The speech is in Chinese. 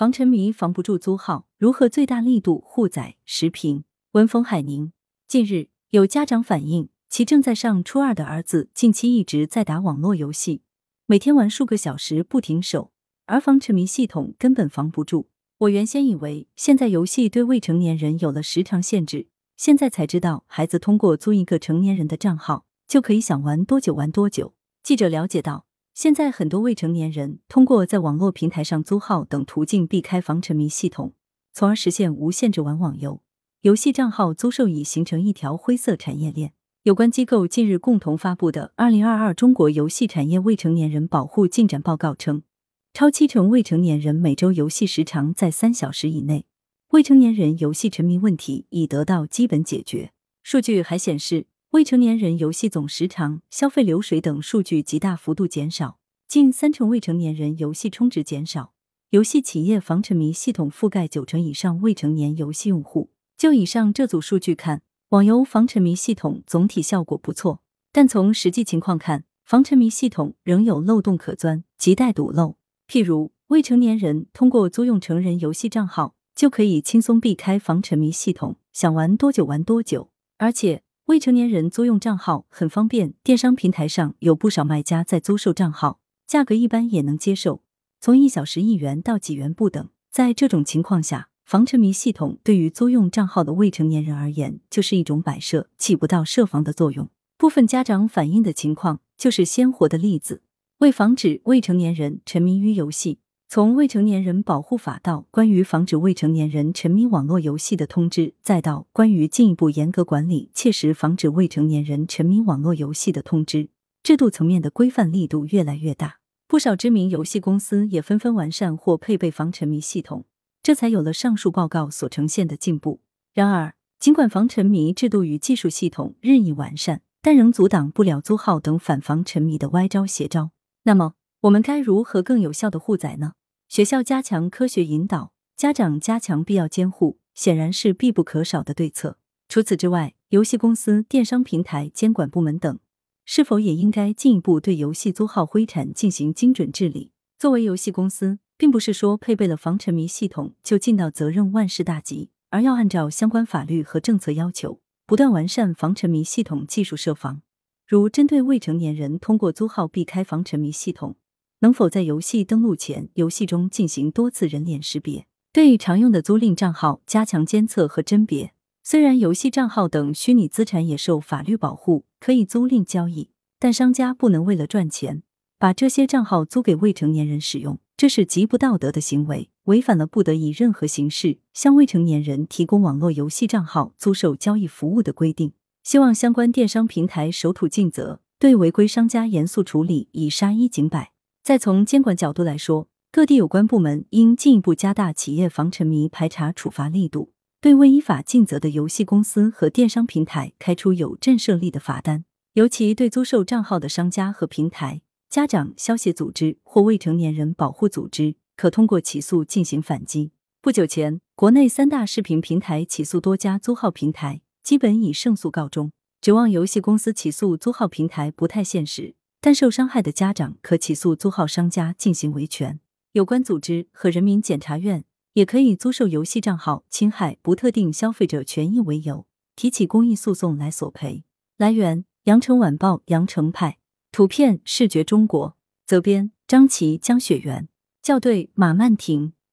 防沉迷防不住租号，如何最大力度护载？时评文风海宁。近日，有家长反映，其正在上初二的儿子近期一直在打网络游戏，每天玩数个小时不停手，而防沉迷系统根本防不住。我原先以为现在游戏对未成年人有了时长限制，现在才知道孩子通过租一个成年人的账号，就可以想玩多久玩多久。记者了解到，现在很多未成年人通过在网络平台上租号等途径避开防沉迷系统，从而实现无限制玩网游。游戏账号租售已形成一条灰色产业链。有关机构近日共同发布的2022中国游戏产业未成年人保护进展报告称，超70%未成年人每周游戏时长在3小时以内，未成年人游戏沉迷问题已得到基本解决。数据还显示，未成年人游戏总时长、消费流水等数据极大幅度减少，近30%未成年人游戏充值减少，游戏企业防沉迷系统覆盖90%以上未成年游戏用户。就以上这组数据看，网游防沉迷系统总体效果不错，但从实际情况看，防沉迷系统仍有漏洞可钻，亟待堵漏。譬如，未成年人通过租用成人游戏账号，就可以轻松避开防沉迷系统，想玩多久玩多久。而且，未成年人租用账号很方便，电商平台上有不少卖家在租售账号，价格一般也能接受，从1小时1元到几元不等。在这种情况下，防沉迷系统对于租用账号的未成年人而言，就是一种摆设，起不到设防的作用。部分家长反映的情况就是鲜活的例子。为防止未成年人沉迷于游戏，从未成年人保护法到关于防止未成年人沉迷网络游戏的通知，再到关于进一步严格管理切实防止未成年人沉迷网络游戏的通知，制度层面的规范力度越来越大。不少知名游戏公司也纷纷完善或配备防沉迷系统，这才有了上述报告所呈现的进步。然而，尽管防沉迷制度与技术系统日益完善，但仍阻挡不了租号等反防沉迷的歪招邪招。那么，我们该如何更有效地护载呢？学校加强科学引导，家长加强必要监护，显然是必不可少的对策。除此之外，游戏公司、电商平台监管部门等，是否也应该进一步对游戏租号灰产进行精准治理？作为游戏公司，并不是说配备了防沉迷系统就尽到责任万事大吉，而要按照相关法律和政策要求，不断完善防沉迷系统技术设防。如针对未成年人通过租号避开防沉迷系统，能否在游戏登录前，游戏中进行多次人脸识别？对常用的租赁账号加强监测和甄别。虽然游戏账号等虚拟资产也受法律保护，可以租赁交易，但商家不能为了赚钱，把这些账号租给未成年人使用，这是极不道德的行为，违反了不得以任何形式向未成年人提供网络游戏账号租售交易服务的规定。希望相关电商平台守土尽责，对违规商家严肃处理，以杀一儆百。再从监管角度来说，各地有关部门应进一步加大企业防沉迷排查处罚力度，对未依法尽责的游戏公司和电商平台开出有震慑力的罚单。尤其对租售账号的商家和平台、家长、消协组织或未成年人保护组织，可通过起诉进行反击。不久前，国内3大视频平台起诉多家租号平台，基本以胜诉告终。指望游戏公司起诉租号平台不太现实，但受伤害的家长可起诉租号商家进行维权。有关组织和人民检察院也可以租售游戏账号侵害不特定消费者权益为由，提起公益诉讼来索赔。来源：羊城晚报羊城派，图片视觉中国，责编张琪、江雪源，校对马曼婷。